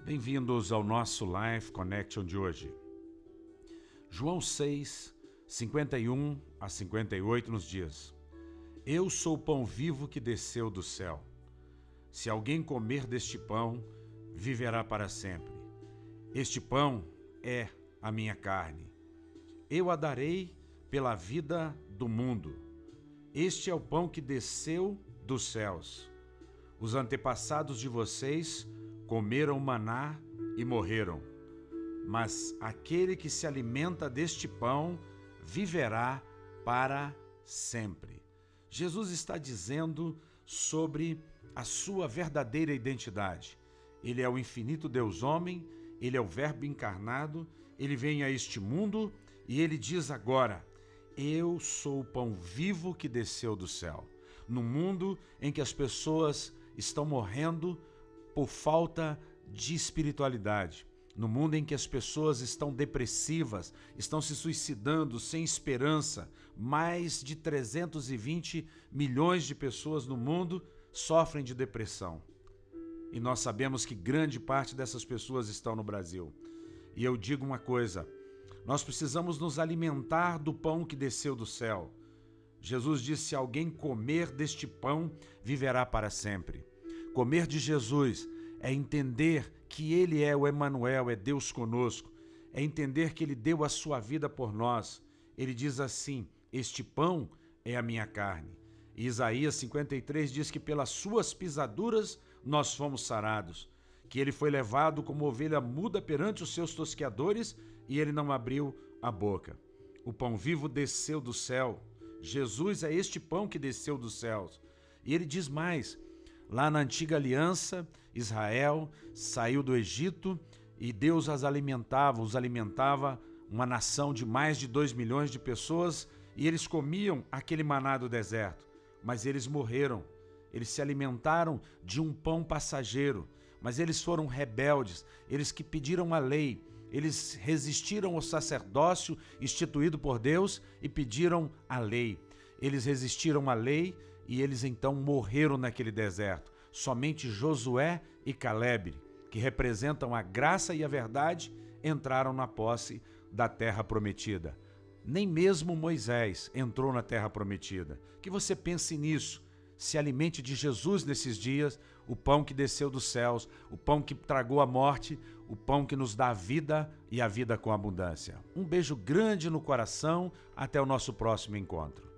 Bem-vindos ao nosso Life Connection de hoje. João 6, 51 a 58 nos diz: Eu sou o pão vivo que desceu do céu. Se alguém comer deste pão, viverá para sempre. Este pão é a minha carne. Eu a darei pela vida do mundo. Este é o pão que desceu dos céus. Os antepassados de vocês comeram maná e morreram. Mas aquele que se alimenta deste pão viverá para sempre. Jesus está dizendo sobre a sua verdadeira identidade. Ele é o infinito Deus homem, ele é o Verbo encarnado, ele vem a este mundo e ele diz agora: eu sou o pão vivo que desceu do céu. No mundo em que as pessoas estão morrendo por falta de espiritualidade, no mundo em que as pessoas estão depressivas, estão se suicidando sem esperança, mais de 320 milhões de pessoas no mundo sofrem de depressão. E nós sabemos que grande parte dessas pessoas estão no Brasil. E eu digo uma coisa: nós precisamos nos alimentar do pão que desceu do céu. Jesus disse: se alguém comer deste pão, viverá para sempre. Comer de Jesus é entender que Ele é o Emanuel, é Deus conosco. É entender que Ele deu a sua vida por nós. Ele diz assim: este pão é a minha carne. E Isaías 53 diz que pelas suas pisaduras nós fomos sarados. Que Ele foi levado como ovelha muda perante os seus tosqueadores e Ele não abriu a boca. O pão vivo desceu do céu. Jesus é este pão que desceu dos céus. E Ele diz mais: lá na antiga aliança, Israel saiu do Egito e Deus os alimentava uma nação de mais de 2 milhões de pessoas e eles comiam aquele maná do deserto, mas eles morreram. Eles se alimentaram de um pão passageiro, mas eles foram rebeldes, eles que pediram a lei, eles resistiram ao sacerdócio instituído por Deus e pediram a lei. Eles resistiram à lei e eles então morreram naquele deserto. Somente Josué e Caleb, que representam a graça e a verdade, entraram na posse da terra prometida. Nem mesmo Moisés entrou na terra prometida. Que você pense nisso. Se alimente de Jesus nesses dias, o pão que desceu dos céus, o pão que tragou a morte, o pão que nos dá a vida e a vida com abundância. Um beijo grande no coração, até o nosso próximo encontro.